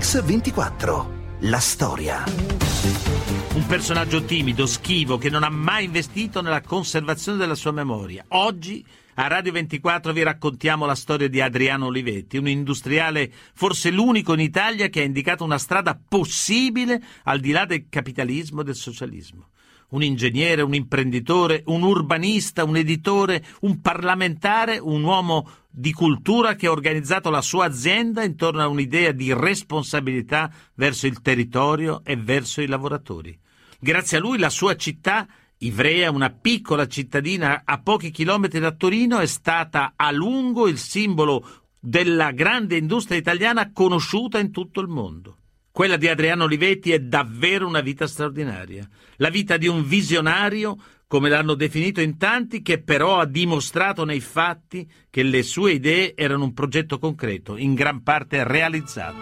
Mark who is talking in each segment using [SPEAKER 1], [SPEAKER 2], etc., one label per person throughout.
[SPEAKER 1] Mix24. La storia.
[SPEAKER 2] Un personaggio timido, schivo, che non ha mai investito nella conservazione della sua memoria. Oggi a Radio 24 vi raccontiamo la storia di Adriano Olivetti, un industriale forse l'unico in Italia che ha indicato una strada possibile al di là del capitalismo e del socialismo. Un ingegnere, un imprenditore, un urbanista, un editore, un parlamentare, un uomo di cultura che ha organizzato la sua azienda intorno a un'idea di responsabilità verso il territorio e verso i lavoratori. Grazie a lui la sua città, Ivrea, una piccola cittadina a pochi chilometri da Torino, è stata a lungo il simbolo della grande industria italiana conosciuta in tutto il mondo. Quella di Adriano Olivetti è davvero una vita straordinaria. La vita di un visionario, come l'hanno definito in tanti, che però ha dimostrato nei fatti che le sue idee erano un progetto concreto, in gran parte realizzato.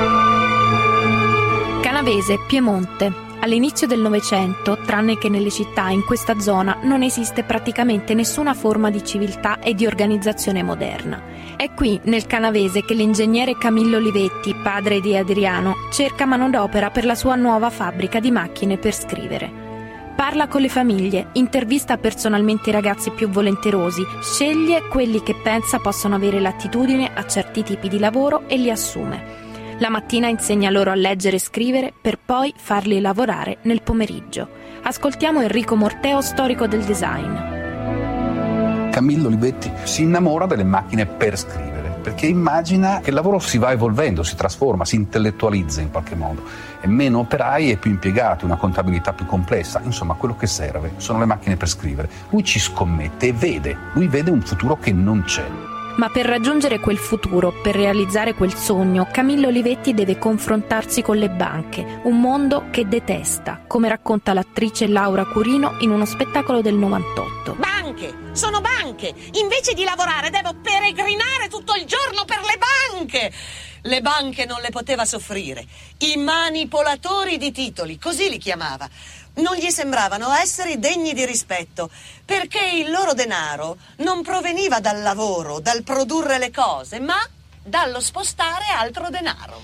[SPEAKER 3] Canavese, Piemonte. All'inizio del Novecento, tranne che nelle città, in questa zona non esiste praticamente nessuna forma di civiltà e di organizzazione moderna. È qui, nel Canavese, che l'ingegnere Camillo Olivetti, padre di Adriano, cerca manodopera per la sua nuova fabbrica di macchine per scrivere. Parla con le famiglie, intervista personalmente i ragazzi più volenterosi, sceglie quelli che pensa possano avere l'attitudine a certi tipi di lavoro e li assume. La mattina insegna loro a leggere e scrivere per poi farli lavorare nel pomeriggio. Ascoltiamo Enrico Morteo, storico del design.
[SPEAKER 4] Camillo Olivetti si innamora delle macchine per scrivere, perché immagina che il lavoro si va evolvendo, si trasforma, si intellettualizza in qualche modo. E meno operai e più impiegati, una contabilità più complessa. Insomma, quello che serve sono le macchine per scrivere. Lui ci scommette e lui vede un futuro che non c'è.
[SPEAKER 3] Ma per raggiungere quel futuro, per realizzare quel sogno, Camillo Olivetti deve confrontarsi con le banche, un mondo che detesta, come racconta l'attrice Laura Curino in uno spettacolo del 98.
[SPEAKER 5] Banche! Sono banche! Invece di lavorare devo peregrinare tutto il giorno per le banche! Le banche non le poteva soffrire. I manipolatori di titoli, così li chiamava. Non gli sembravano essere degni di rispetto, perché il loro denaro non proveniva dal lavoro, dal produrre le cose, ma dallo spostare altro denaro.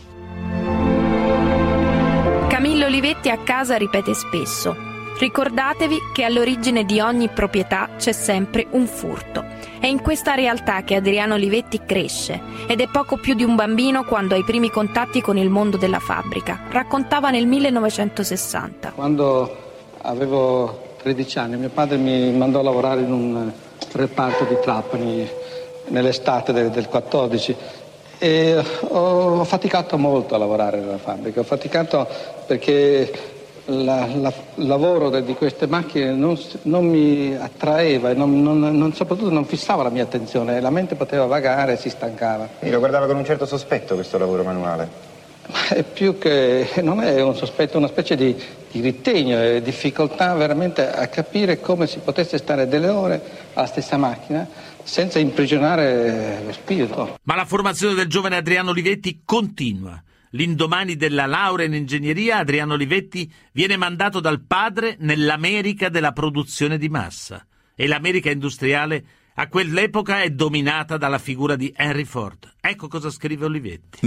[SPEAKER 3] Camillo Olivetti a casa ripete spesso: ricordatevi che all'origine di ogni proprietà c'è sempre un furto. È in questa realtà che Adriano Olivetti cresce ed è poco più di un bambino quando ha i primi contatti con il mondo della fabbrica. Raccontava nel 1960.
[SPEAKER 6] Quando avevo 13 anni mio padre mi mandò a lavorare in un reparto di Trapani nell'estate del 14 e ho faticato molto a lavorare nella fabbrica. Ho faticato perché il lavoro di queste macchine non mi attraeva e soprattutto non fissava la mia attenzione, la mente poteva vagare e si stancava.
[SPEAKER 7] Quindi lo guardava con un certo sospetto questo lavoro manuale?
[SPEAKER 6] Ma è più che, non è un sospetto, una specie di ritegno e difficoltà veramente a capire come si potesse stare delle ore alla stessa macchina senza imprigionare lo spirito.
[SPEAKER 2] Ma la formazione del giovane Adriano Olivetti continua. L'indomani della laurea in ingegneria, Adriano Olivetti viene mandato dal padre nell'America della produzione di massa. E l'America industriale a quell'epoca è dominata dalla figura di Henry Ford. Ecco cosa scrive Olivetti.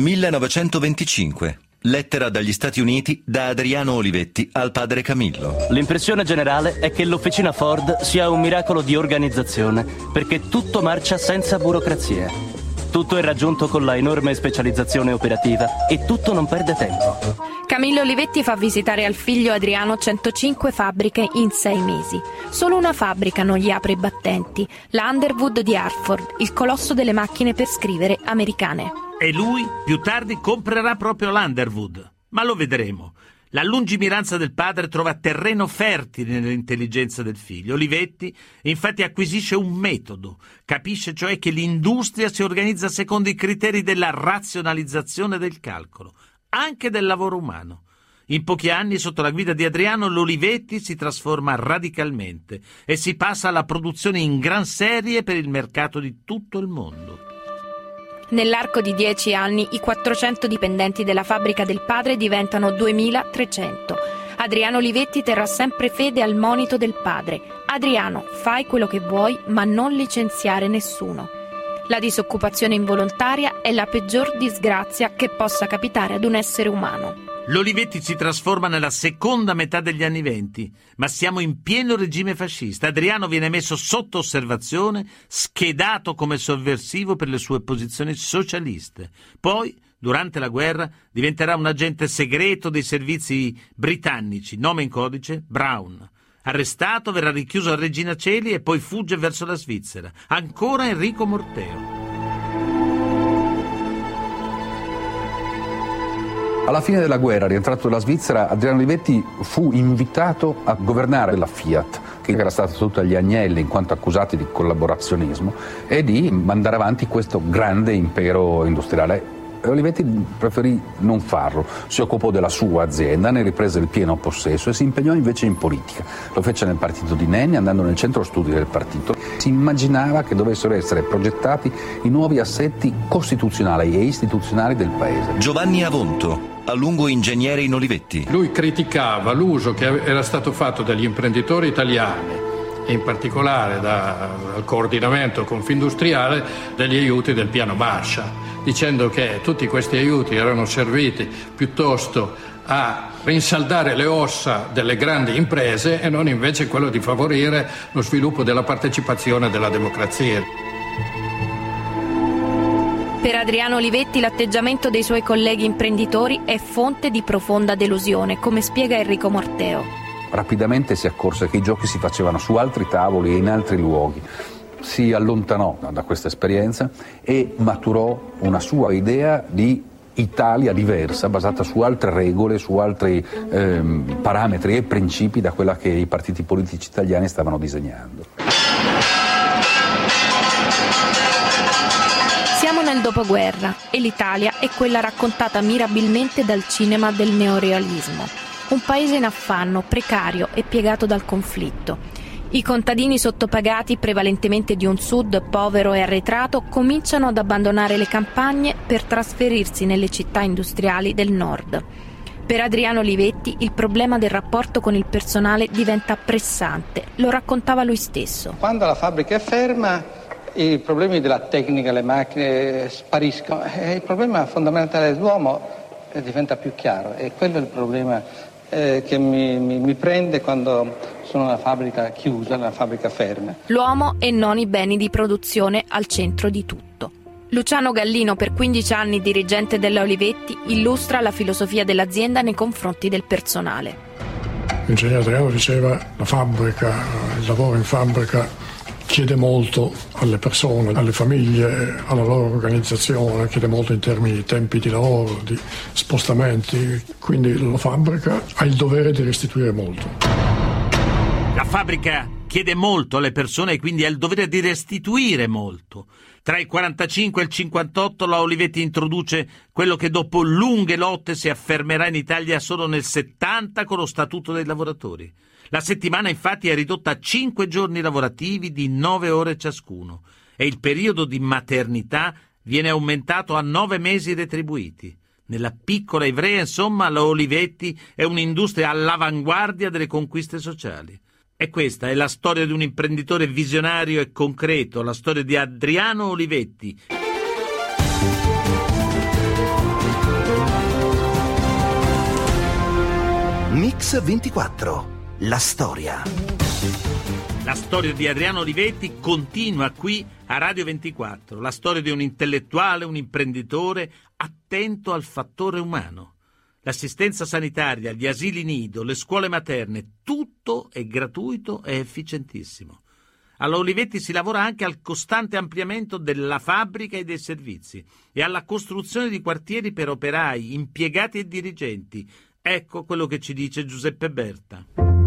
[SPEAKER 8] 1925. Lettera dagli Stati Uniti da Adriano Olivetti al padre Camillo.
[SPEAKER 9] L'impressione generale è che l'officina Ford sia un miracolo di organizzazione, perché tutto marcia senza burocrazie. Tutto è raggiunto con la enorme specializzazione operativa e tutto non perde tempo.
[SPEAKER 3] Camillo Olivetti fa visitare al figlio Adriano 105 fabbriche in 6 mesi. Solo una fabbrica non gli apre i battenti, la Underwood di Hartford, il colosso delle macchine per scrivere americane.
[SPEAKER 2] E lui più tardi comprerà proprio l'Underwood. Ma lo vedremo. La lungimiranza del padre trova terreno fertile nell'intelligenza del figlio. Olivetti infatti acquisisce un metodo, capisce cioè che l'industria si organizza secondo i criteri della razionalizzazione del calcolo, anche del lavoro umano. In pochi anni, sotto la guida di Adriano, l'Olivetti si trasforma radicalmente e si passa alla produzione in gran serie per il mercato di tutto il mondo.
[SPEAKER 3] Nell'arco di 10 anni i 400 dipendenti della fabbrica del padre diventano 2.300. Adriano Olivetti terrà sempre fede al monito del padre. Adriano, fai quello che vuoi, ma non licenziare nessuno. La disoccupazione involontaria è la peggior disgrazia che possa capitare ad un essere umano.
[SPEAKER 2] L'Olivetti si trasforma nella seconda metà degli anni '20, ma siamo in pieno regime fascista. Adriano viene messo sotto osservazione, schedato come sovversivo per le sue posizioni socialiste. Poi, durante la guerra, diventerà un agente segreto dei servizi britannici, nome in codice Brown. Arrestato, verrà richiuso a Regina Coeli e poi fugge verso la Svizzera. Ancora Enrico Morteo.
[SPEAKER 4] Alla fine della guerra, rientrato dalla Svizzera, Adriano Olivetti fu invitato a governare la Fiat, che era stata tutta agli agnelli in quanto accusati di collaborazionismo, e di mandare avanti questo grande impero industriale. Olivetti preferì non farlo, si occupò della sua azienda, ne riprese il pieno possesso e si impegnò invece in politica. Lo fece nel partito di Nenni, andando nel centro studi del partito. Si immaginava che dovessero essere progettati i nuovi assetti costituzionali e istituzionali del paese.
[SPEAKER 8] Giovanni Avonto, a lungo ingegnere in Olivetti.
[SPEAKER 1] Lui criticava l'uso che era stato fatto dagli imprenditori italiani, e in particolare dal coordinamento confindustriale, degli aiuti del piano Marshall, dicendo che tutti questi aiuti erano serviti piuttosto a rinsaldare le ossa delle grandi imprese e non invece quello di favorire lo sviluppo della partecipazione e della democrazia.
[SPEAKER 3] Per Adriano Olivetti l'atteggiamento dei suoi colleghi imprenditori è fonte di profonda delusione, come spiega Enrico Morteo.
[SPEAKER 4] Rapidamente si accorse che i giochi si facevano su altri tavoli e in altri luoghi. Si allontanò da questa esperienza e maturò una sua idea di Italia diversa, basata su altre regole, su altri parametri e principi da quella che i partiti politici italiani stavano disegnando.
[SPEAKER 3] Siamo nel dopoguerra e l'Italia è quella raccontata mirabilmente dal cinema del neorealismo. Un paese in affanno, precario e piegato dal conflitto. I contadini sottopagati, prevalentemente di un sud povero e arretrato, cominciano ad abbandonare le campagne per trasferirsi nelle città industriali del nord. Per Adriano Olivetti il problema del rapporto con il personale diventa pressante, lo raccontava lui stesso.
[SPEAKER 6] Quando la fabbrica è ferma, i problemi della tecnica, le macchine spariscono e il problema fondamentale dell'uomo diventa più chiaro, e quello è il problema che mi prende quando sono una fabbrica chiusa, una fabbrica ferma.
[SPEAKER 3] L'uomo e non i beni di produzione al centro di tutto. Luciano Gallino, per 15 anni dirigente della Olivetti, illustra la filosofia dell'azienda nei confronti del personale.
[SPEAKER 10] L'ingegnere Adriano diceva: la fabbrica, il lavoro in fabbrica chiede molto alle persone, alle famiglie, alla loro organizzazione, chiede molto in termini di tempi di lavoro, di spostamenti, quindi la fabbrica ha il dovere di restituire molto.
[SPEAKER 2] La fabbrica chiede molto alle persone e quindi ha il dovere di restituire molto. Tra il 45 e il 58 la Olivetti introduce quello che dopo lunghe lotte si affermerà in Italia solo nel 70 con lo Statuto dei lavoratori. La settimana infatti è ridotta a 5 giorni lavorativi di 9 ore ciascuno e il periodo di maternità viene aumentato a 9 mesi retribuiti. Nella piccola Ivrea, insomma, la Olivetti è un'industria all'avanguardia delle conquiste sociali. E questa è la storia di un imprenditore visionario e concreto, la storia di Adriano Olivetti.
[SPEAKER 11] Mix 24. La storia.
[SPEAKER 2] La storia di Adriano Olivetti continua qui a Radio 24. La storia di un intellettuale, un imprenditore attento al fattore umano. L'assistenza sanitaria, gli asili nido, le scuole materne, tutto è gratuito e efficientissimo. Alla Olivetti si lavora anche al costante ampliamento della fabbrica e dei servizi e alla costruzione di quartieri per operai, impiegati e dirigenti. Ecco quello che ci dice Giuseppe Berta.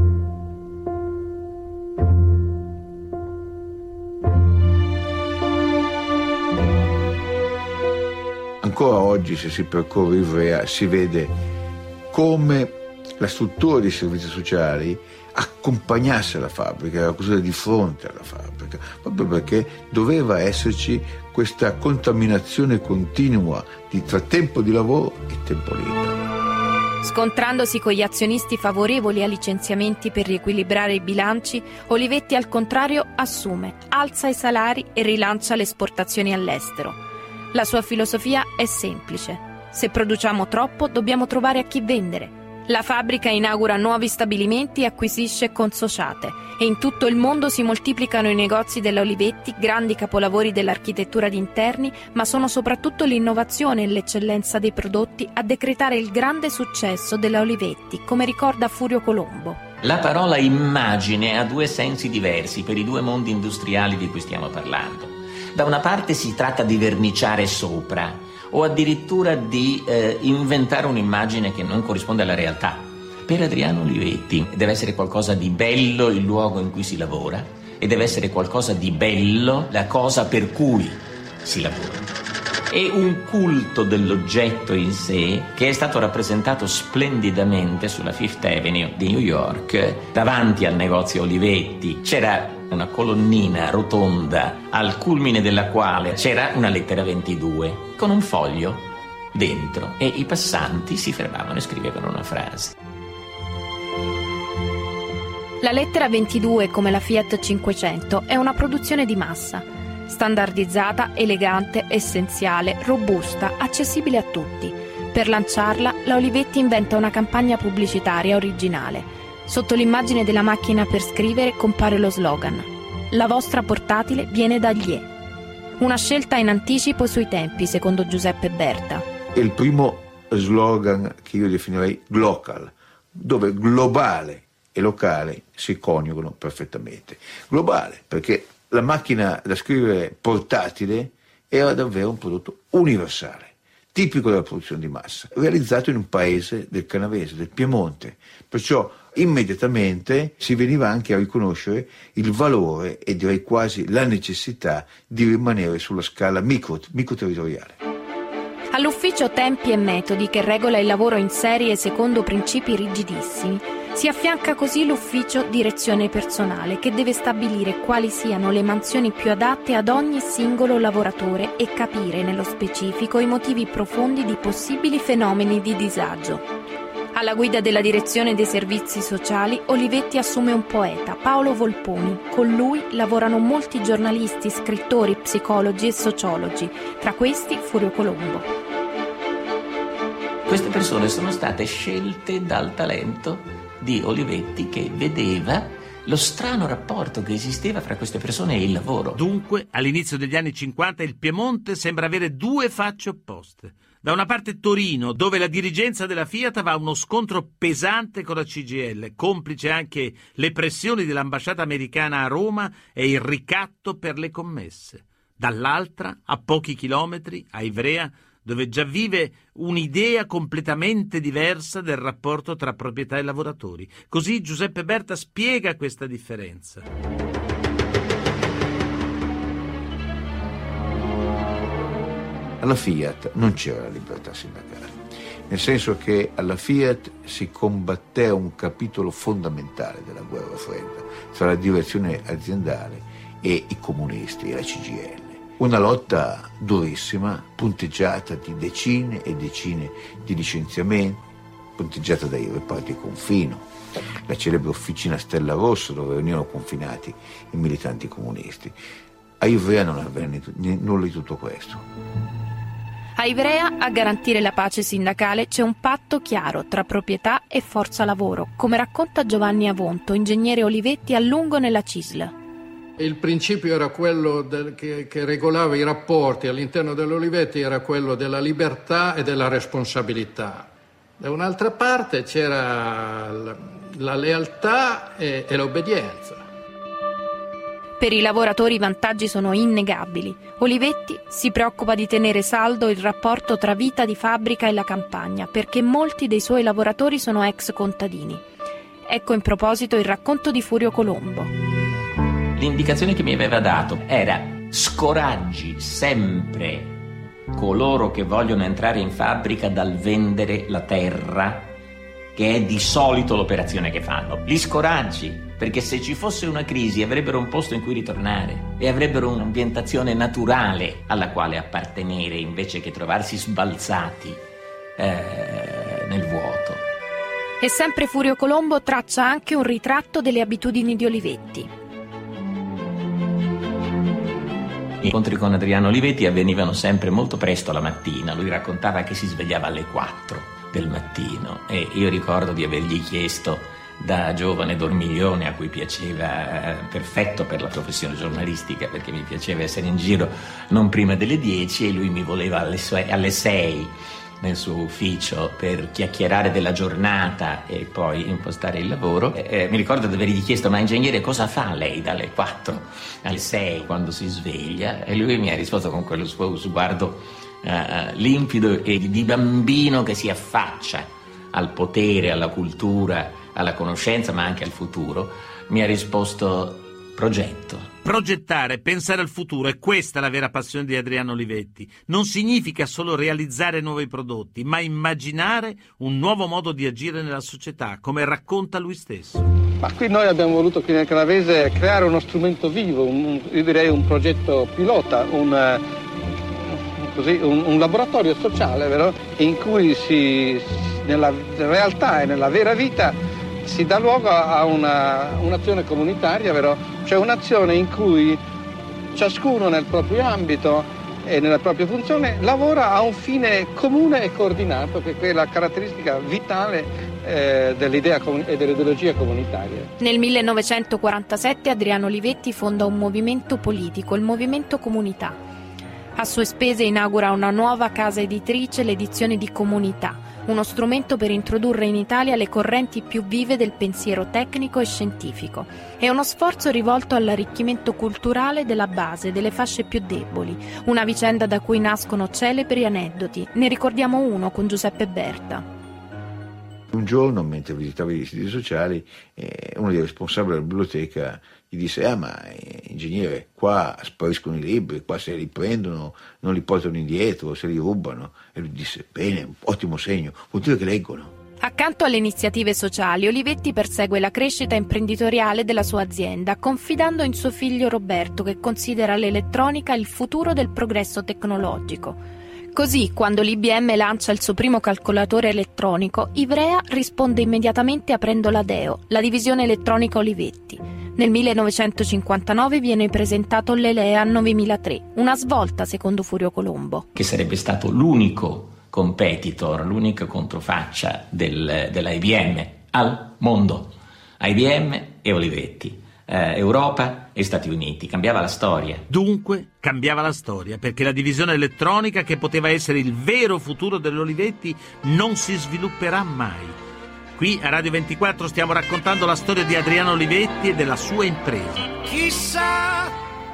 [SPEAKER 12] Ancora oggi, se si percorre Ivrea, si vede come la struttura dei servizi sociali accompagnasse la fabbrica, era costruita di fronte alla fabbrica, proprio perché doveva esserci questa contaminazione continua tra tempo di lavoro e tempo libero.
[SPEAKER 3] Scontrandosi con gli azionisti favorevoli a licenziamenti per riequilibrare i bilanci, Olivetti al contrario assume, alza i salari e rilancia le esportazioni all'estero. La sua filosofia è semplice: se produciamo troppo dobbiamo trovare a chi vendere. La fabbrica inaugura nuovi stabilimenti e acquisisce consociate, e in tutto il mondo si moltiplicano i negozi della Olivetti, grandi capolavori dell'architettura d'interni, ma sono soprattutto l'innovazione e l'eccellenza dei prodotti a decretare il grande successo della Olivetti, come ricorda Furio Colombo.
[SPEAKER 13] La parola immagine ha due sensi diversi per i due mondi industriali di cui stiamo parlando. Da una parte si tratta di verniciare sopra, o addirittura di inventare un'immagine che non corrisponde alla realtà. Per Adriano Olivetti deve essere qualcosa di bello il luogo in cui si lavora, e deve essere qualcosa di bello la cosa per cui si lavora. È un culto dell'oggetto in sé che è stato rappresentato splendidamente sulla Fifth Avenue di New York, davanti al negozio Olivetti. C'era una colonnina rotonda al culmine della quale c'era una lettera 22 con un foglio dentro, e i passanti si fermavano e scrivevano una frase.
[SPEAKER 3] La lettera 22, come la Fiat 500, è una produzione di massa, standardizzata, elegante, essenziale, robusta, accessibile a tutti. Per lanciarla, la Olivetti inventa una campagna pubblicitaria originale. Sotto l'immagine della macchina per scrivere compare lo slogan: la vostra portatile viene da Glie. Una scelta in anticipo sui tempi, secondo Giuseppe Berta.
[SPEAKER 12] È il primo slogan che io definirei glocal, dove globale e locale si coniugano perfettamente. Globale, perché la macchina da scrivere portatile era davvero un prodotto universale, tipico della produzione di massa, realizzato in un paese del Canavese, del Piemonte. Perciò immediatamente si veniva anche a riconoscere il valore e direi quasi la necessità di rimanere sulla scala microterritoriale.
[SPEAKER 3] All'ufficio Tempi e Metodi, che regola il lavoro in serie secondo principi rigidissimi, si affianca così l'ufficio Direzione Personale, che deve stabilire quali siano le mansioni più adatte ad ogni singolo lavoratore e capire nello specifico i motivi profondi di possibili fenomeni di disagio. Alla guida della direzione dei servizi sociali, Olivetti assume un poeta, Paolo Volponi. Con lui lavorano molti giornalisti, scrittori, psicologi e sociologi, tra questi Furio Colombo.
[SPEAKER 13] Queste persone sono state scelte dal talento di Olivetti, che vedeva lo strano rapporto che esisteva fra queste persone e il lavoro.
[SPEAKER 2] Dunque, all'inizio degli anni 50 il Piemonte sembra avere due facce opposte. Da una parte Torino, dove la dirigenza della Fiat va a uno scontro pesante con la CGIL, complice anche le pressioni dell'ambasciata americana a Roma e il ricatto per le commesse. Dall'altra, a pochi chilometri, a Ivrea, dove già vive un'idea completamente diversa del rapporto tra proprietà e lavoratori. Così Giuseppe Berta spiega questa differenza.
[SPEAKER 12] Alla Fiat non c'era la libertà sindacale, nel senso che alla Fiat si combatté un capitolo fondamentale della guerra fredda tra la direzione aziendale e i comunisti e la CGIL. Una lotta durissima, punteggiata di decine e decine di licenziamenti, punteggiata dai reparti confino, la celebre officina Stella Rossa dove venivano confinati i militanti comunisti. A Ivrea non avvenne nulla di tutto questo.
[SPEAKER 3] A Ivrea, a garantire la pace sindacale, c'è un patto chiaro tra proprietà e forza lavoro, come racconta Giovanni Avonto, ingegnere Olivetti a lungo nella CISL.
[SPEAKER 1] Il principio era quello che regolava i rapporti all'interno dell'Olivetti, era quello della libertà e della responsabilità. Da un'altra parte c'era la lealtà e l'obbedienza.
[SPEAKER 3] Per i lavoratori i vantaggi sono innegabili. Olivetti si preoccupa di tenere saldo il rapporto tra vita di fabbrica e la campagna, perché molti dei suoi lavoratori sono ex contadini. Ecco in proposito il racconto di Furio Colombo.
[SPEAKER 13] L'indicazione che mi aveva dato era: scoraggi sempre coloro che vogliono entrare in fabbrica dal vendere la terra, che è di solito l'operazione che fanno. Li scoraggi, perché se ci fosse una crisi avrebbero un posto in cui ritornare e avrebbero un'ambientazione naturale alla quale appartenere, invece che trovarsi sbalzati nel vuoto.
[SPEAKER 3] E sempre Furio Colombo traccia anche un ritratto delle abitudini di Olivetti.
[SPEAKER 13] Gli incontri con Adriano Olivetti avvenivano sempre molto presto la mattina. Lui raccontava che si svegliava alle 4 del mattino e io ricordo di avergli chiesto, da giovane dormiglione a cui piaceva, perfetto per la professione giornalistica perché mi piaceva essere in giro non prima delle 10, e lui mi voleva alle 6 nel suo ufficio per chiacchierare della giornata e poi impostare il lavoro. Mi ricordo di avergli chiesto: ma ingegnere, cosa fa lei dalle 4 alle 6 quando si sveglia? E lui mi ha risposto con quello suo sguardo limpido e di bambino che si affaccia al potere, alla cultura, alla conoscenza, ma anche al futuro. Mi ha risposto: progetto.
[SPEAKER 2] Progettare, pensare al futuro, è questa la vera passione di Adriano Olivetti. Non significa solo realizzare nuovi prodotti, ma immaginare un nuovo modo di agire nella società, come racconta lui stesso.
[SPEAKER 6] Ma qui noi abbiamo voluto qui nel Canavese creare uno strumento vivo, io direi un progetto pilota, un laboratorio sociale, vero? In cui nella realtà e nella vera vita si dà luogo a un'azione comunitaria, vero? Cioè un'azione in cui ciascuno nel proprio ambito e nella propria funzione lavora a un fine comune e coordinato, che è quella caratteristica vitale dell'idea e dell'ideologia comunitaria.
[SPEAKER 3] Nel 1947 Adriano Olivetti fonda un movimento politico, il Movimento Comunità. A sue spese inaugura una nuova casa editrice, l'edizione di Comunità, uno strumento per introdurre in Italia le correnti più vive del pensiero tecnico e scientifico. È uno sforzo rivolto all'arricchimento culturale della base, delle fasce più deboli, una vicenda da cui nascono celebri aneddoti. Ne ricordiamo uno con Giuseppe Berta.
[SPEAKER 12] Un giorno, mentre visitavo i siti sociali, uno dei responsabili della biblioteca gli disse: ma ingegnere, qua spariscono i libri, qua se li prendono non li portano indietro, se li rubano. E lui disse: bene, ottimo segno, vuol dire che leggono.
[SPEAKER 3] Accanto alle iniziative sociali, Olivetti persegue la crescita imprenditoriale della sua azienda, confidando in suo figlio Roberto, che considera l'elettronica il futuro del progresso tecnologico. Così, quando l'IBM lancia il suo primo calcolatore elettronico, Ivrea risponde immediatamente aprendo la DEO, la divisione elettronica Olivetti. Nel 1959 viene presentato l'Elea 9003, una svolta secondo Furio Colombo.
[SPEAKER 13] Che sarebbe stato l'unico competitor, l'unica controfaccia della IBM al mondo. IBM e Olivetti. Europa e Stati Uniti. Cambiava la storia.
[SPEAKER 2] Dunque cambiava la storia, perché la divisione elettronica, che poteva essere il vero futuro dell'Olivetti, non si svilupperà mai. Qui a Radio 24 stiamo raccontando la storia di Adriano Olivetti e della sua impresa.
[SPEAKER 14] Chissà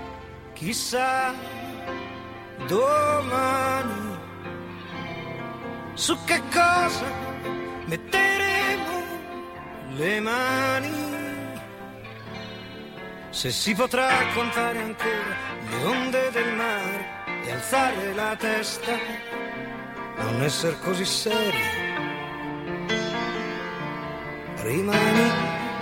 [SPEAKER 14] domani su che cosa metteremo le mani. Se si potrà contare ancora le onde del mare e alzare la testa, non essere così seri, rimani.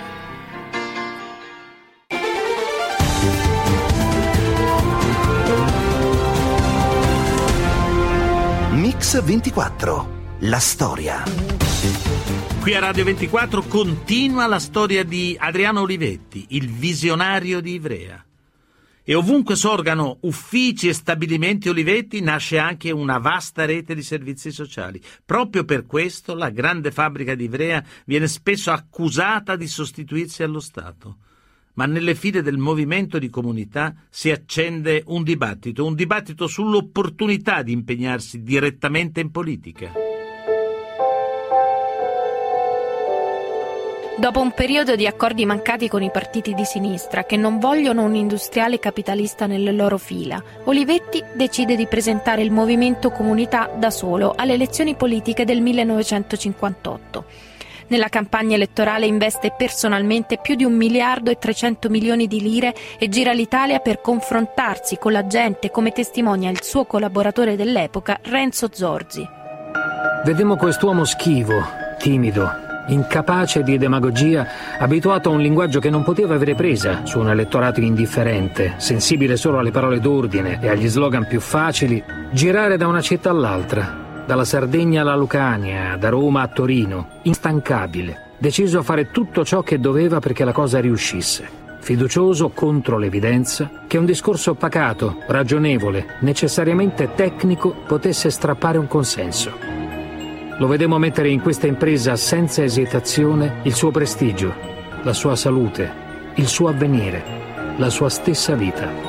[SPEAKER 11] Mix 24, la storia.
[SPEAKER 2] Qui a Radio 24 continua la storia di Adriano Olivetti, il visionario di Ivrea. E ovunque sorgano uffici e stabilimenti Olivetti nasce anche una vasta rete di servizi sociali. Proprio per questo la grande fabbrica di Ivrea viene spesso accusata di sostituirsi allo Stato. Ma nelle file del movimento di comunità si accende un dibattito sull'opportunità di impegnarsi direttamente in politica.
[SPEAKER 3] Dopo un periodo di accordi mancati con i partiti di sinistra che non vogliono un industriale capitalista nelle loro fila, Olivetti decide di presentare il movimento Comunità da solo alle elezioni politiche del 1958. Nella campagna elettorale investe personalmente più di 1.300 milioni di lire e gira l'Italia per confrontarsi con la gente, come testimonia il suo collaboratore dell'epoca, Renzo Zorzi.
[SPEAKER 15] Vedemmo quest'uomo schivo, timido, incapace di demagogia, abituato a un linguaggio che non poteva avere presa su un elettorato indifferente, sensibile solo alle parole d'ordine e agli slogan più facili, girare da una città all'altra, dalla Sardegna alla Lucania, da Roma a Torino, instancabile, deciso a fare tutto ciò che doveva perché la cosa riuscisse. Fiducioso contro l'evidenza che un discorso pacato, ragionevole, necessariamente tecnico potesse strappare un consenso. Lo vedemmo mettere in questa impresa senza esitazione il suo prestigio, la sua salute, il suo avvenire, la sua stessa vita.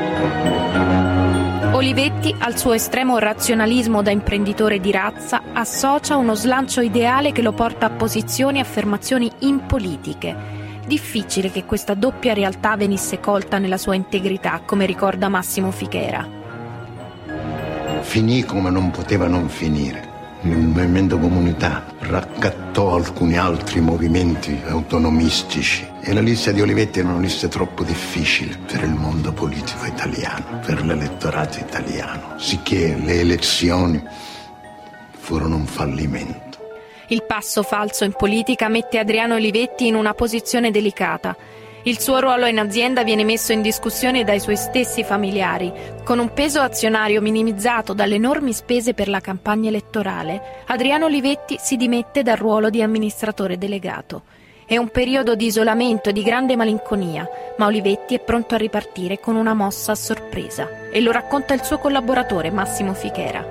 [SPEAKER 3] Olivetti, al suo estremo razionalismo da imprenditore di razza, associa uno slancio ideale che lo porta a posizioni e affermazioni impolitiche. Difficile che questa doppia realtà venisse colta nella sua integrità, come ricorda Massimo Fichera.
[SPEAKER 16] Finì come non poteva non finire. Il movimento comunità raccattò alcuni altri movimenti autonomistici e la lista di Olivetti era una lista troppo difficile per il mondo politico italiano, per l'elettorato italiano, sicché le elezioni furono un fallimento.
[SPEAKER 3] Il passo falso in politica mette Adriano Olivetti in una posizione delicata. Il suo ruolo in azienda viene messo in discussione dai suoi stessi familiari. Con un peso azionario minimizzato dalle enormi spese per la campagna elettorale, Adriano Olivetti si dimette dal ruolo di amministratore delegato. È un periodo di isolamento e di grande malinconia, ma Olivetti è pronto a ripartire con una mossa a sorpresa. E lo racconta il suo collaboratore Massimo Fichera.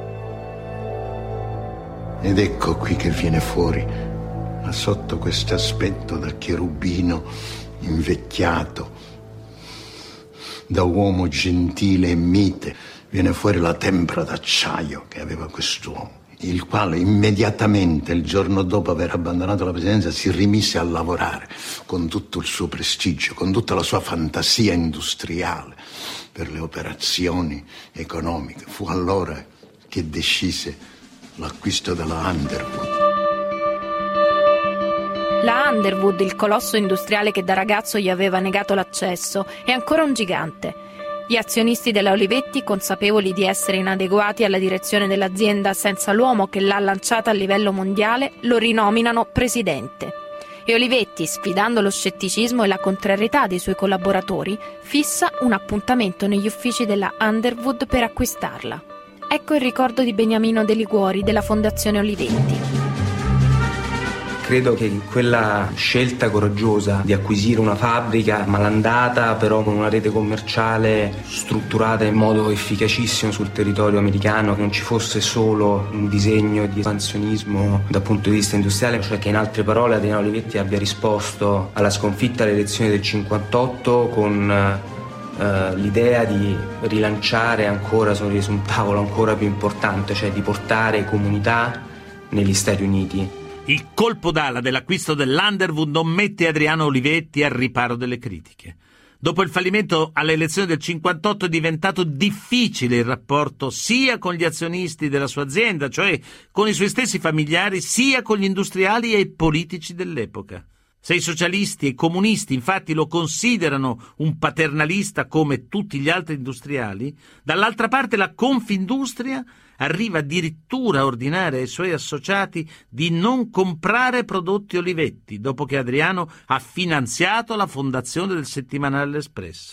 [SPEAKER 16] Ed ecco qui che viene fuori, ma sotto questo aspetto da cherubino invecchiato, da uomo gentile e mite, viene fuori la tempra d'acciaio che aveva quest'uomo, il quale immediatamente, il giorno dopo aver abbandonato la presidenza, si rimise a lavorare con tutto il suo prestigio, con tutta la sua fantasia industriale per le operazioni economiche. Fu allora che decise l'acquisto della Underwood.
[SPEAKER 3] La Underwood, il colosso industriale che da ragazzo gli aveva negato l'accesso, è ancora un gigante. Gli azionisti della Olivetti, consapevoli di essere inadeguati alla direzione dell'azienda senza l'uomo che l'ha lanciata a livello mondiale, lo rinominano presidente. E Olivetti, sfidando lo scetticismo e la contrarietà dei suoi collaboratori, fissa un appuntamento negli uffici della Underwood per acquistarla. Ecco il ricordo di Beniamino De Liguori della Fondazione Olivetti.
[SPEAKER 17] Credo che quella scelta coraggiosa di acquisire una fabbrica malandata, però con una rete commerciale strutturata in modo efficacissimo sul territorio americano, che non ci fosse solo un disegno di espansionismo dal punto di vista industriale, cioè che in altre parole Adriano Olivetti abbia risposto alla sconfitta alle elezioni del 58 con l'idea di rilanciare ancora su un tavolo ancora più importante, cioè di portare comunità negli Stati Uniti.
[SPEAKER 2] Il colpo d'ala dell'acquisto dell'Underwood non mette Adriano Olivetti al riparo delle critiche. Dopo il fallimento alle elezioni del 58 è diventato difficile il rapporto sia con gli azionisti della sua azienda, cioè con i suoi stessi familiari, sia con gli industriali e i politici dell'epoca. Se i socialisti e i comunisti infatti lo considerano un paternalista come tutti gli altri industriali, dall'altra parte la Confindustria arriva addirittura a ordinare ai suoi associati di non comprare prodotti Olivetti, dopo che Adriano ha finanziato la fondazione del settimanale L'Espresso.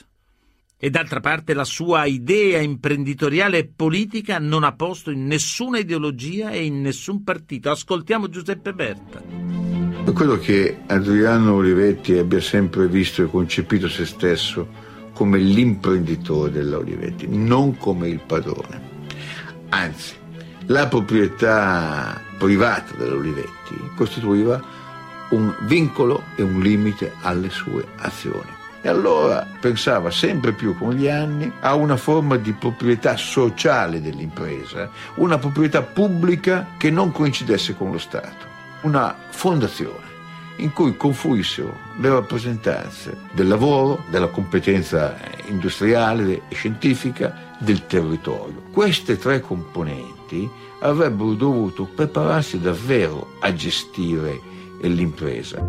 [SPEAKER 2] E d'altra parte la sua idea imprenditoriale e politica non ha posto in nessuna ideologia e in nessun partito. Ascoltiamo Giuseppe Berta.
[SPEAKER 12] Credo che Adriano Olivetti abbia sempre visto e concepito se stesso come l'imprenditore della Olivetti, non come il padrone. Anzi, la proprietà privata dell'Olivetti costituiva un vincolo e un limite alle sue azioni. E allora pensava sempre più con gli anni a una forma di proprietà sociale dell'impresa, una proprietà pubblica che non coincidesse con lo Stato, una fondazione in cui confluissero le rappresentanze del lavoro, della competenza industriale e scientifica, del territorio. Queste tre componenti avrebbero dovuto prepararsi davvero a gestire l'impresa.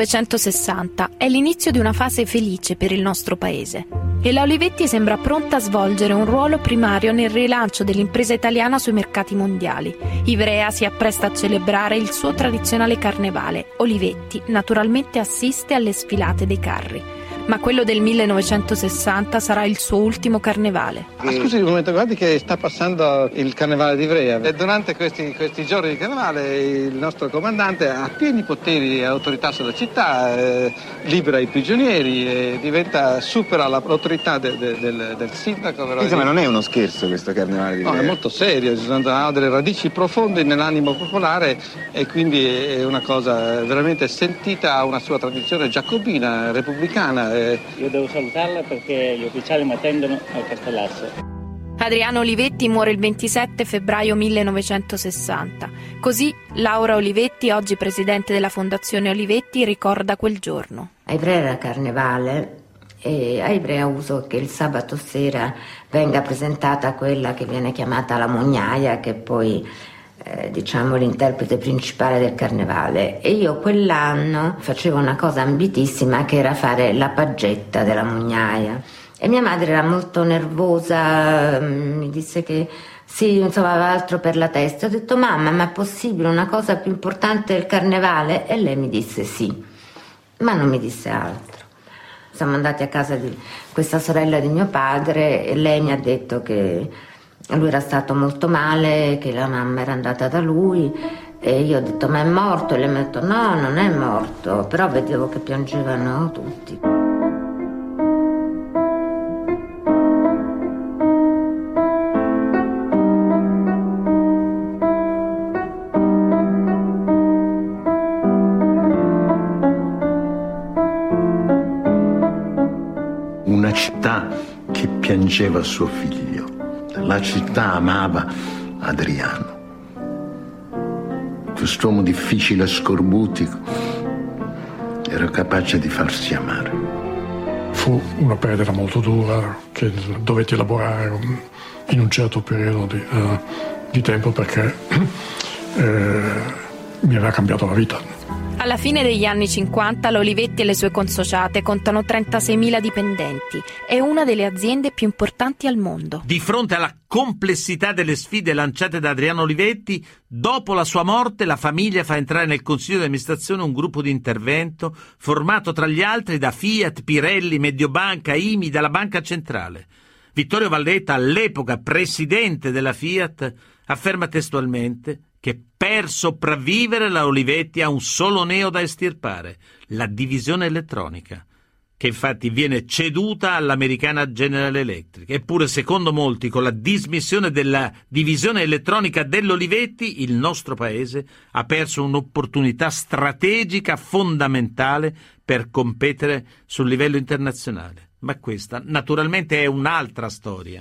[SPEAKER 3] 1960 è l'inizio di una fase felice per il nostro paese e la Olivetti sembra pronta a svolgere un ruolo primario nel rilancio dell'impresa italiana sui mercati mondiali. Ivrea si appresta a celebrare il suo tradizionale carnevale. Olivetti naturalmente assiste alle sfilate dei carri. ma quello del 1960 sarà il suo ultimo carnevale.
[SPEAKER 6] Scusi un momento, guardi che sta passando il carnevale di Ivrea e durante questi giorni di carnevale il nostro comandante ha pieni poteri e autorità sulla città, libera i prigionieri, supera l'autorità del sindaco.
[SPEAKER 7] Insomma, non è uno scherzo questo carnevale di Ivrea.
[SPEAKER 6] No, è molto serio, ha delle radici profonde nell'animo popolare e quindi è una cosa veramente sentita, ha una sua tradizione giacobina, repubblicana.
[SPEAKER 18] Io devo salutarla perché gli ufficiali mi attendono al Castellazzo.
[SPEAKER 3] Adriano Olivetti muore il 27 febbraio 1960. Così Laura Olivetti, oggi presidente della Fondazione Olivetti, ricorda quel giorno.
[SPEAKER 19] A Ivrea era carnevale e a Ivrea uso che il sabato sera venga presentata quella che viene chiamata la Mugnaia, che poi l'interprete principale del carnevale, e io quell'anno facevo una cosa ambitissima che era fare la paggetta della Mugnaia e mia madre era molto nervosa, mi disse che sì, insomma aveva altro per la testa. Ho detto: mamma, ma è possibile una cosa più importante del carnevale? E lei mi disse sì, ma non mi disse altro. Siamo andati a casa di questa sorella di mio padre e lei mi ha detto che lui era stato molto male, che la mamma era andata da lui e io ho detto: ma è morto? E lei mi ha detto: no, non è morto, però vedevo che piangevano tutti.
[SPEAKER 16] Una città che piangeva suo figlio. La città amava Adriano. Quest'uomo difficile e scorbutico era capace di farsi amare.
[SPEAKER 10] Fu una perdita molto dura che dovetti elaborare in un certo periodo di tempo perché mi aveva cambiato la vita.
[SPEAKER 3] Alla fine degli anni 50 l'Olivetti e le sue consociate contano 36.000 dipendenti. È una delle aziende più importanti al mondo.
[SPEAKER 2] Di fronte alla complessità delle sfide lanciate da Adriano Olivetti, dopo la sua morte la famiglia fa entrare nel consiglio di amministrazione un gruppo di intervento formato tra gli altri da Fiat, Pirelli, Mediobanca, IMI, dalla Banca Centrale. Vittorio Valletta, all'epoca presidente della Fiat, afferma testualmente che per sopravvivere la Olivetti ha un solo neo da estirpare, la divisione elettronica, che infatti viene ceduta all'americana General Electric. Eppure, secondo molti, con la dismissione della divisione elettronica dell'Olivetti, il nostro paese ha perso un'opportunità strategica fondamentale per competere sul livello internazionale. Ma questa, naturalmente, è un'altra storia.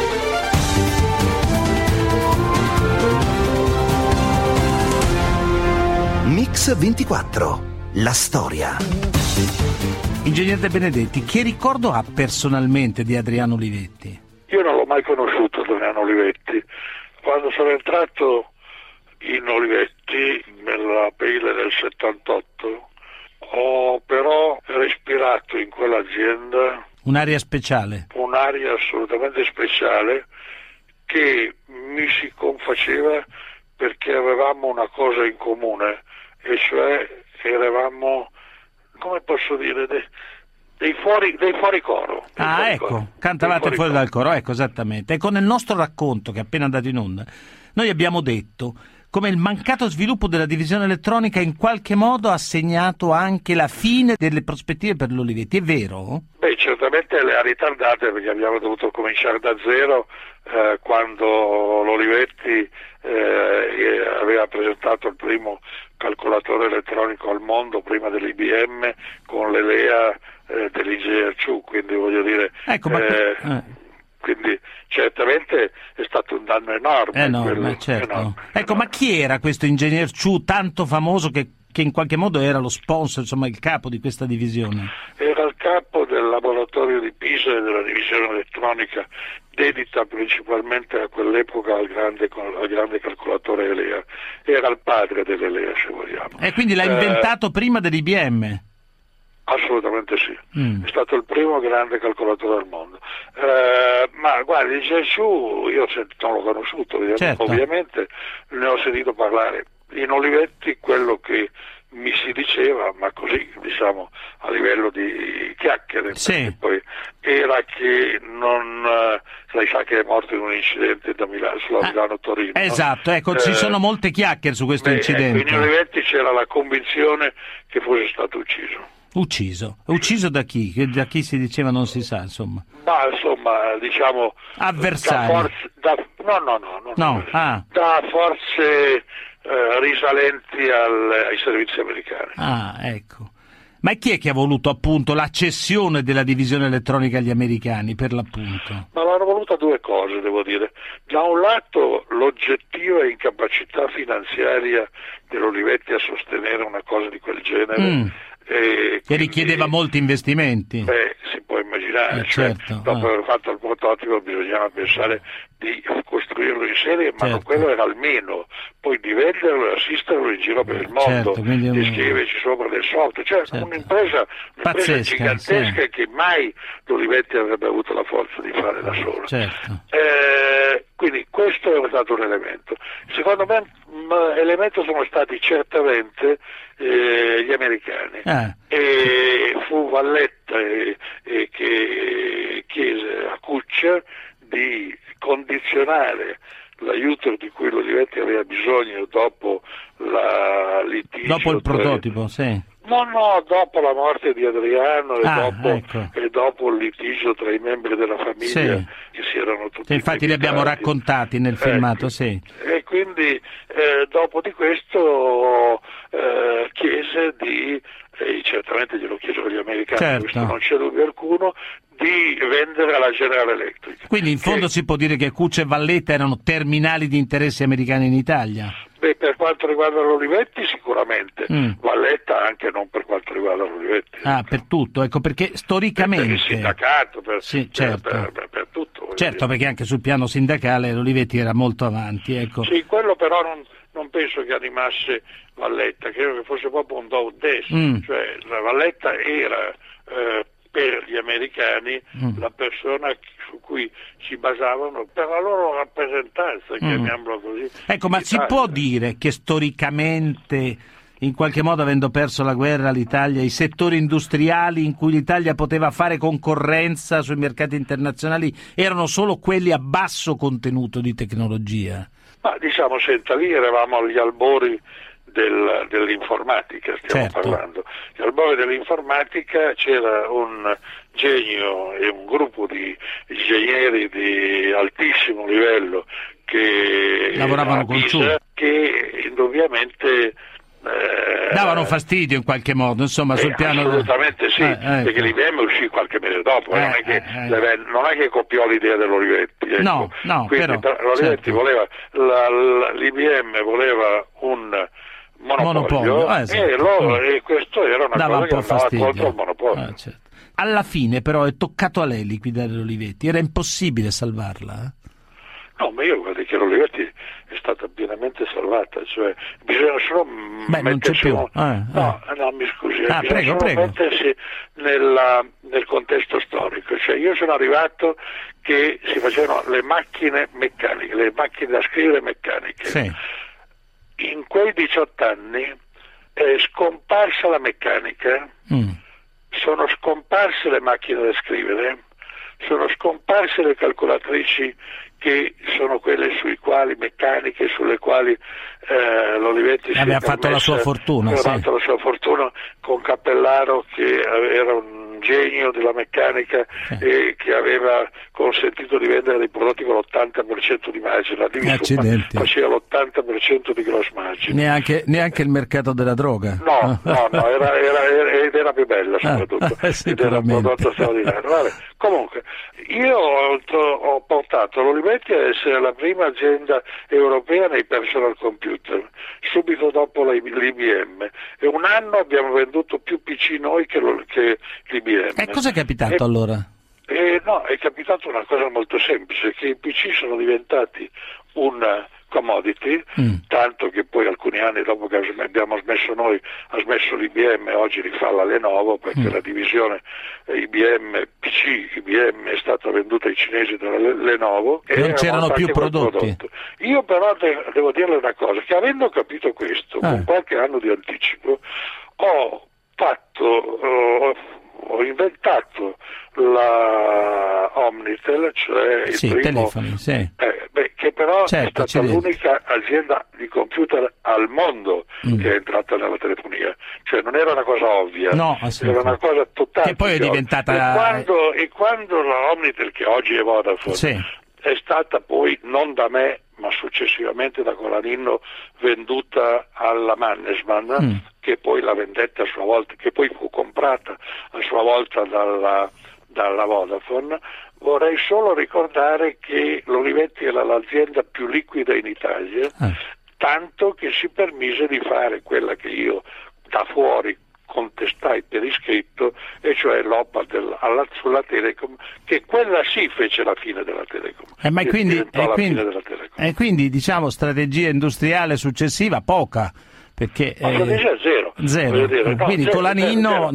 [SPEAKER 11] Mix 24, la storia.
[SPEAKER 2] Ingegner De Benedetti, che ricordo ha personalmente di Adriano Olivetti?
[SPEAKER 20] Io non l'ho mai conosciuto Adriano Olivetti. Quando sono entrato in Olivetti nell'aprile del 78 ho però respirato in quell'azienda
[SPEAKER 2] un'area speciale.
[SPEAKER 20] Un'area assolutamente speciale che mi si confaceva perché avevamo una cosa in comune, e cioè eravamo, come posso dire, dei fuori coro.
[SPEAKER 2] Ecco, cantavate fuori dal coro, ecco, esattamente. Ecco, nel nostro racconto che è appena andato in onda, noi abbiamo detto come il mancato sviluppo della divisione elettronica in qualche modo ha segnato anche la fine delle prospettive per l'Olivetti, è vero?
[SPEAKER 20] Beh, certamente le ha ritardate perché abbiamo dovuto cominciare da zero quando l'Olivetti aveva presentato il primo calcolatore elettronico al mondo prima dell'IBM con l'Elea dell'Ingegner Ciù, quindi voglio dire...
[SPEAKER 2] Ecco,
[SPEAKER 20] quindi certamente è stato un danno enorme.
[SPEAKER 2] Certo.
[SPEAKER 20] Enorme.
[SPEAKER 2] Ecco, ma chi era questo Ingegner Ciù tanto famoso che in qualche modo era lo sponsor, insomma il capo di questa divisione?
[SPEAKER 20] Era il capo del laboratorio di Pisa e della divisione elettronica dedita principalmente a quell'epoca al grande calcolatore Elea. Era il padre dell'Elea, se vogliamo.
[SPEAKER 2] E quindi l'ha inventato prima dell'IBM?
[SPEAKER 20] Assolutamente sì, è stato il primo grande calcolatore al mondo. Ma guardi, Gesù io non l'ho conosciuto,
[SPEAKER 2] certo.
[SPEAKER 20] Ovviamente ne ho sentito parlare. In Olivetti quello che mi si diceva, ma così diciamo a livello di chiacchiere,
[SPEAKER 2] sì.
[SPEAKER 20] Poi era che non, lei sa che è morto in un incidente sulla Milano-Torino.
[SPEAKER 2] Esatto, ecco, ci sono molte chiacchiere su questo incidente.
[SPEAKER 20] In Olivetti c'era la convinzione che fosse stato ucciso.
[SPEAKER 2] Ucciso da chi? Da chi si diceva non si sa, insomma.
[SPEAKER 20] Ma insomma, diciamo
[SPEAKER 2] avversari.
[SPEAKER 20] Da forze risalenti ai servizi americani.
[SPEAKER 2] Ah, ecco. Ma chi è che ha voluto appunto la cessione della divisione elettronica agli americani, per l'appunto?
[SPEAKER 20] Ma l'hanno voluta due cose, devo dire. Da un lato l'oggettiva incapacità finanziaria dell'Olivetti a sostenere una cosa di quel genere.
[SPEAKER 2] Che richiedeva molti investimenti.
[SPEAKER 20] Si può immaginare,
[SPEAKER 2] certo.
[SPEAKER 20] Dopo aver fatto il prototipo bisognava pensare di costruirlo in serie, ma quello era almeno, poi di venderlo e assisterlo in giro per il mondo, di scriverci sopra del software, cioè un'impresa gigantesca che mai l'Olivetti avrebbe avuto la forza di fare da sola. Quindi questo è stato un elemento. Secondo me elemento sono stati certamente gli americani, e fu Valletta che chiese a Kutscher di condizionare l'aiuto di cui l'Olivetti aveva bisogno dopo la litigio.
[SPEAKER 2] Dopo il prototipo, sì.
[SPEAKER 20] No, dopo la morte di Adriano e dopo il litigio tra i membri della famiglia che si erano tutti
[SPEAKER 2] infatti li abbiamo raccontati nel filmato, sì.
[SPEAKER 20] E quindi dopo di questo chiese di, certamente glielo chiesero gli americani, questo non c'è dubbio alcuno, di vendere alla General Electric.
[SPEAKER 2] Quindi in fondo si può dire che Kutscher e Valletta erano terminali di interessi americani in Italia?
[SPEAKER 20] Beh, per quanto riguarda l'Olivetti sicuramente, Valletta anche non per quanto riguarda l'Olivetti.
[SPEAKER 2] Per tutto, ecco, perché storicamente...
[SPEAKER 20] Per il sindacato, per tutto.
[SPEAKER 2] Certo, perché anche sul piano sindacale l'Olivetti era molto avanti, ecco.
[SPEAKER 20] Sì, quello però non penso che animasse Valletta, credo che fosse proprio un do des, cioè la Valletta era... per gli americani la persona su cui si basavano per la loro rappresentanza, chiamiamolo così.
[SPEAKER 2] Ecco, ma si può dire che storicamente, in qualche modo avendo perso la guerra l'Italia, i settori industriali in cui l'Italia poteva fare concorrenza sui mercati internazionali erano solo quelli a basso contenuto di tecnologia?
[SPEAKER 20] Ma diciamo, senta, lì eravamo agli albori dell'informatica, stiamo parlando. Agli albori dell'informatica c'era un genio e un gruppo di ingegneri di altissimo livello che
[SPEAKER 2] lavoravano con
[SPEAKER 20] che indubbiamente
[SPEAKER 2] davano fastidio in qualche modo, insomma, sul piano
[SPEAKER 20] assolutamente sì, perché l'IBM uscì qualche mese dopo, non è che copiò l'idea dell'Olivetti, ecco.
[SPEAKER 2] No,
[SPEAKER 20] quindi l'Olivetti voleva l'IBM voleva un monopolio. E questo era una cosa che andava contro il monopolio.
[SPEAKER 2] Alla fine però è toccato a lei liquidare l'Olivetti, era impossibile salvarla?
[SPEAKER 20] No, ma io guardi che l'Olivetti è stata pienamente salvata, cioè bisogna solo mettersi mi scusi, bisogna solo mettersi nel contesto storico, cioè io sono arrivato che si facevano le macchine meccaniche, le macchine da scrivere meccaniche. In quei 18 anni è scomparsa la meccanica, sono scomparse le macchine da scrivere, sono scomparse le calcolatrici che sono quelle meccaniche sulle quali l'Olivetti
[SPEAKER 2] aveva fatto la sua fortuna.
[SPEAKER 20] Aveva fatto la sua fortuna con Cappellaro, che era un genio della meccanica e che aveva consentito di vendere dei prodotti con l'80% di margine. La faceva l'80% di gross margine.
[SPEAKER 2] Neanche il mercato della droga?
[SPEAKER 20] No, era più bella soprattutto. Era un prodotto straordinario. Vabbè. Comunque, io ho portato l'Olivetti a essere la prima azienda europea nei personal computer, subito dopo l'IBM, e un anno abbiamo venduto più PC noi che l'IBM.
[SPEAKER 2] E cosa è capitato allora?
[SPEAKER 20] No, è capitato una cosa molto semplice, che i PC sono diventati un commodity, tanto che poi alcuni anni dopo che abbiamo smesso noi, ha smesso l'IBM, oggi rifà la Lenovo, perché la divisione IBM PC, IBM è stata venduta ai cinesi dalla Lenovo e
[SPEAKER 2] non c'erano più prodotti.
[SPEAKER 20] Io però devo dirle una cosa, che avendo capito questo, con qualche anno di anticipo, ho inventato la Omnitel, cioè il primo
[SPEAKER 2] telefoni,
[SPEAKER 20] che però è stata l'unica azienda di computer al mondo che è entrata nella telefonia, cioè non era una cosa ovvia, era una cosa totale
[SPEAKER 2] che poi è diventata
[SPEAKER 20] e quando la Omnitel, che oggi è Vodafone, è stata poi non da me ma successivamente da Colaninno venduta alla Mannesmann, che poi la vendette a sua volta, che poi fu comprata a sua volta dalla Vodafone. Vorrei solo ricordare che l'Olivetti era l'azienda più liquida in Italia, tanto che si permise di fare quella che io da fuori contestai per iscritto, e cioè l'OPA sulla Telecom, che quella sì fece la fine della Telecom.
[SPEAKER 2] E quindi diciamo strategia industriale successiva poca, perché
[SPEAKER 20] strategia zero.
[SPEAKER 2] Quindi Colaninno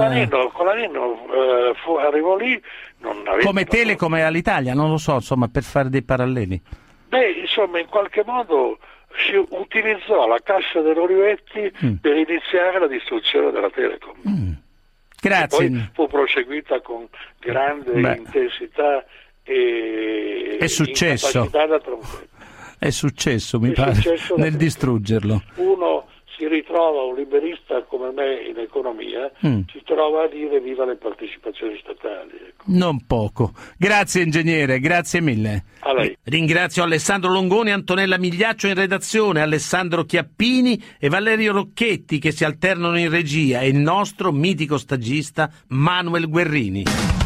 [SPEAKER 20] arrivò lì, non aveva
[SPEAKER 2] come Telecom e all'Italia, non lo so, insomma, per fare dei paralleli.
[SPEAKER 20] Insomma, in qualche modo si utilizzò la cassa dell'Olivetti per iniziare la distruzione della Telecom.
[SPEAKER 2] Grazie.
[SPEAKER 20] E poi fu proseguita con grande intensità e incapacità da trompetta.
[SPEAKER 2] È successo, mi pare, nel distruggerlo.
[SPEAKER 20] Uno si ritrova, un liberista come me in economia, si trova a dire viva le partecipazioni statali. Ecco.
[SPEAKER 2] Non poco. Grazie ingegnere, grazie mille.
[SPEAKER 20] A lei.
[SPEAKER 2] Ringrazio Alessandro Longoni, Antonella Migliaccio in redazione, Alessandro Chiappini e Valerio Rocchetti che si alternano in regia e il nostro mitico stagista Manuel Guerrini.